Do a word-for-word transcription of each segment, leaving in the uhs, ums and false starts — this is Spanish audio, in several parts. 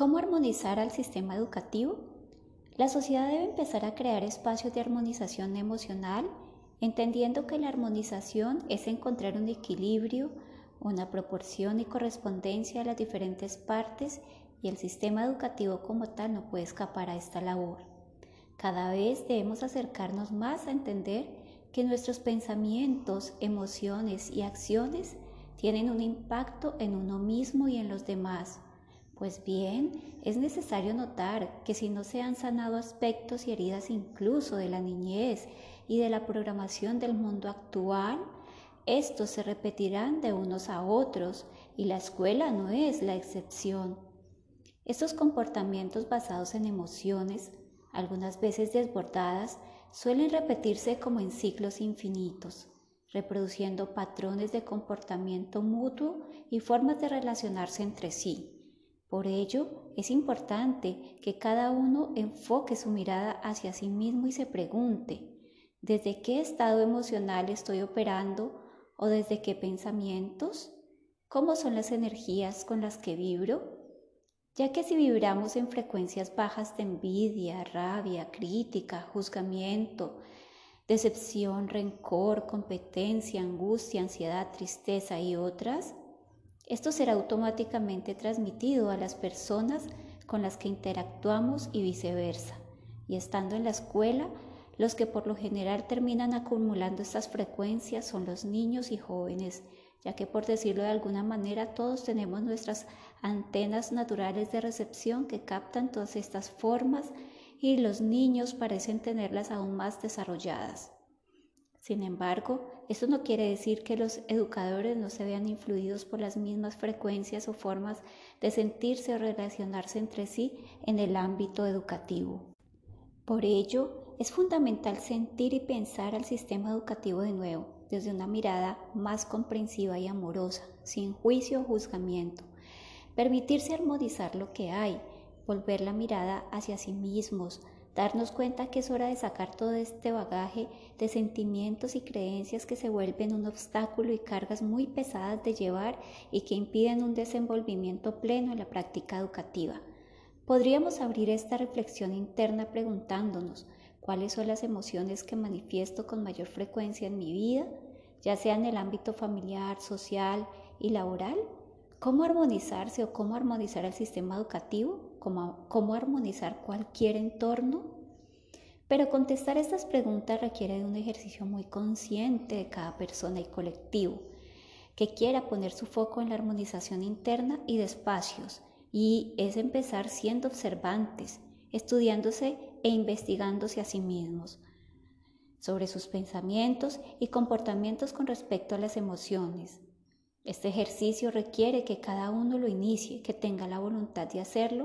¿Cómo armonizar al sistema educativo? La sociedad debe empezar a crear espacios de armonización emocional, entendiendo que la armonización es encontrar un equilibrio, una proporción y correspondencia a las diferentes partes, y el sistema educativo como tal no puede escapar a esta labor. Cada vez debemos acercarnos más a entender que nuestros pensamientos, emociones y acciones tienen un impacto en uno mismo y en los demás. Pues bien, es necesario notar que si no se han sanado aspectos y heridas incluso de la niñez y de la programación del mundo actual, estos se repetirán de unos a otros y la escuela no es la excepción. Estos comportamientos basados en emociones, algunas veces desbordadas, suelen repetirse como en ciclos infinitos, reproduciendo patrones de comportamiento mutuo y formas de relacionarse entre sí. Por ello, es importante que cada uno enfoque su mirada hacia sí mismo y se pregunte, ¿desde qué estado emocional estoy operando o desde qué pensamientos? ¿Cómo son las energías con las que vibro? Ya que si vibramos en frecuencias bajas de envidia, rabia, crítica, juzgamiento, decepción, rencor, competencia, angustia, ansiedad, tristeza y otras, esto será automáticamente transmitido a las personas con las que interactuamos y viceversa. Y estando en la escuela, los que por lo general terminan acumulando estas frecuencias son los niños y jóvenes, ya que por decirlo de alguna manera todos tenemos nuestras antenas naturales de recepción que captan todas estas formas y los niños parecen tenerlas aún más desarrolladas. Sin embargo, esto no quiere decir que los educadores no se vean influidos por las mismas frecuencias o formas de sentirse o relacionarse entre sí en el ámbito educativo. Por ello, es fundamental sentir y pensar al sistema educativo de nuevo, desde una mirada más comprensiva y amorosa, sin juicio o juzgamiento. Permitirse armonizar lo que hay, volver la mirada hacia sí mismos, darnos cuenta que es hora de sacar todo este bagaje de sentimientos y creencias que se vuelven un obstáculo y cargas muy pesadas de llevar y que impiden un desenvolvimiento pleno en la práctica educativa. Podríamos abrir esta reflexión interna preguntándonos cuáles son las emociones que manifiesto con mayor frecuencia en mi vida, ya sea en el ámbito familiar, social y laboral. ¿Cómo armonizarse o cómo armonizar el sistema educativo? ¿Cómo, cómo armonizar cualquier entorno? Pero contestar estas preguntas requiere de un ejercicio muy consciente de cada persona y colectivo, que quiera poner su foco en la armonización interna y de espacios, y es empezar siendo observantes, estudiándose e investigándose a sí mismos sobre sus pensamientos y comportamientos con respecto a las emociones. Este ejercicio requiere que cada uno lo inicie, que tenga la voluntad de hacerlo,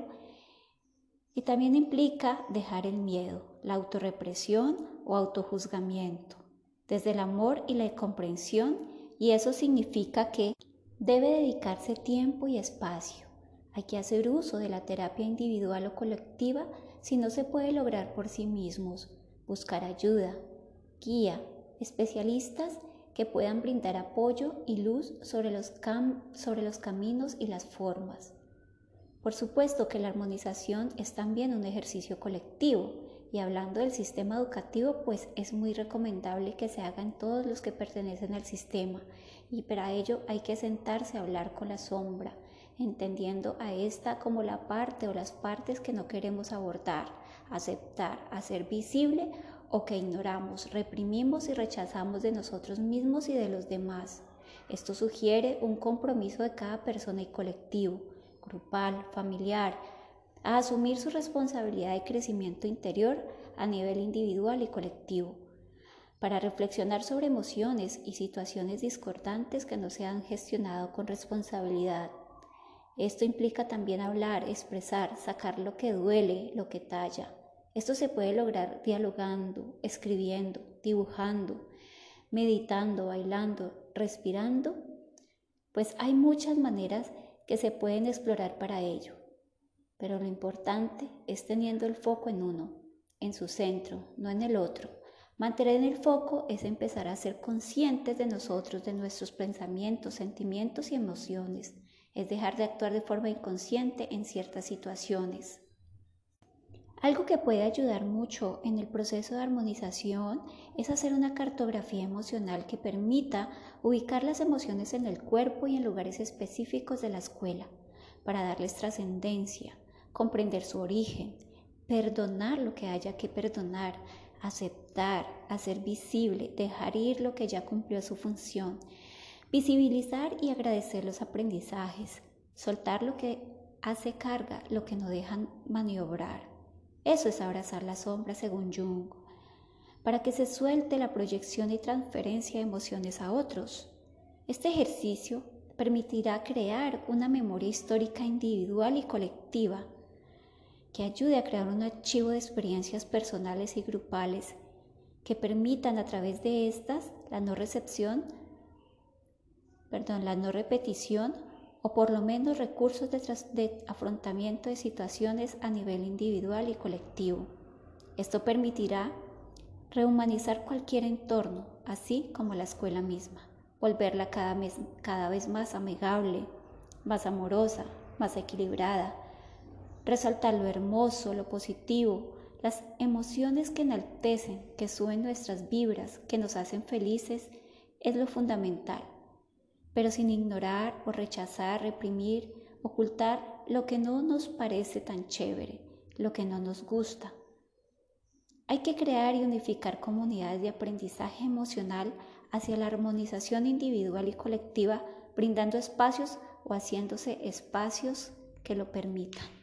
y también implica dejar el miedo, la autorrepresión o autojuzgamiento, desde el amor y la comprensión, y eso significa que debe dedicarse tiempo y espacio. Hay que hacer uso de la terapia individual o colectiva si no se puede lograr por sí mismos, buscar ayuda, guía, especialistas que puedan brindar apoyo y luz sobre los, cam- sobre los caminos y las formas. Por supuesto que la armonización es también un ejercicio colectivo, y hablando del sistema educativo, pues es muy recomendable que se haga en todos los que pertenecen al sistema, y para ello hay que sentarse a hablar con la sombra, entendiendo a esta como la parte o las partes que no queremos abordar, aceptar, hacer visible o que ignoramos, reprimimos y rechazamos de nosotros mismos y de los demás. Esto sugiere un compromiso de cada persona y colectivo, grupal, familiar, a asumir su responsabilidad de crecimiento interior a nivel individual y colectivo, para reflexionar sobre emociones y situaciones discordantes que no se han gestionado con responsabilidad. Esto implica también hablar, expresar, sacar lo que duele, lo que talla. Esto se puede lograr dialogando, escribiendo, dibujando, meditando, bailando, respirando, pues hay muchas maneras que se pueden explorar para ello. Pero lo importante es teniendo el foco en uno, en su centro, no en el otro. Mantener el foco es empezar a ser conscientes de nosotros, de nuestros pensamientos, sentimientos y emociones. es dejar de actuar de forma inconsciente en ciertas situaciones. Algo que puede ayudar mucho en el proceso de armonización es hacer una cartografía emocional que permita ubicar las emociones en el cuerpo y en lugares específicos de la escuela, para darles trascendencia, comprender su origen, perdonar lo que haya que perdonar, aceptar, hacer visible, dejar ir lo que ya cumplió su función, visibilizar y agradecer los aprendizajes, soltar lo que hace carga, lo que no dejan maniobrar. Eso es abrazar la sombra según Jung, para que se suelte la proyección y transferencia de emociones a otros. Este ejercicio permitirá crear una memoria histórica individual y colectiva que ayude a crear un archivo de experiencias personales y grupales que permitan a través de estas la no recepción, perdón, la no repetición o por lo menos recursos de, tras, de afrontamiento de situaciones a nivel individual y colectivo. Esto permitirá rehumanizar cualquier entorno, así como la escuela misma, volverla cada, mes, cada vez más amigable, más amorosa, más equilibrada, resaltar lo hermoso, lo positivo, las emociones que enaltecen, que suben nuestras vibras, que nos hacen felices, es lo fundamental. Pero sin ignorar o rechazar, reprimir, ocultar lo que no nos parece tan chévere, lo que no nos gusta. Hay que crear y unificar comunidades de aprendizaje emocional hacia la armonización individual y colectiva, brindando espacios o haciéndose espacios que lo permitan.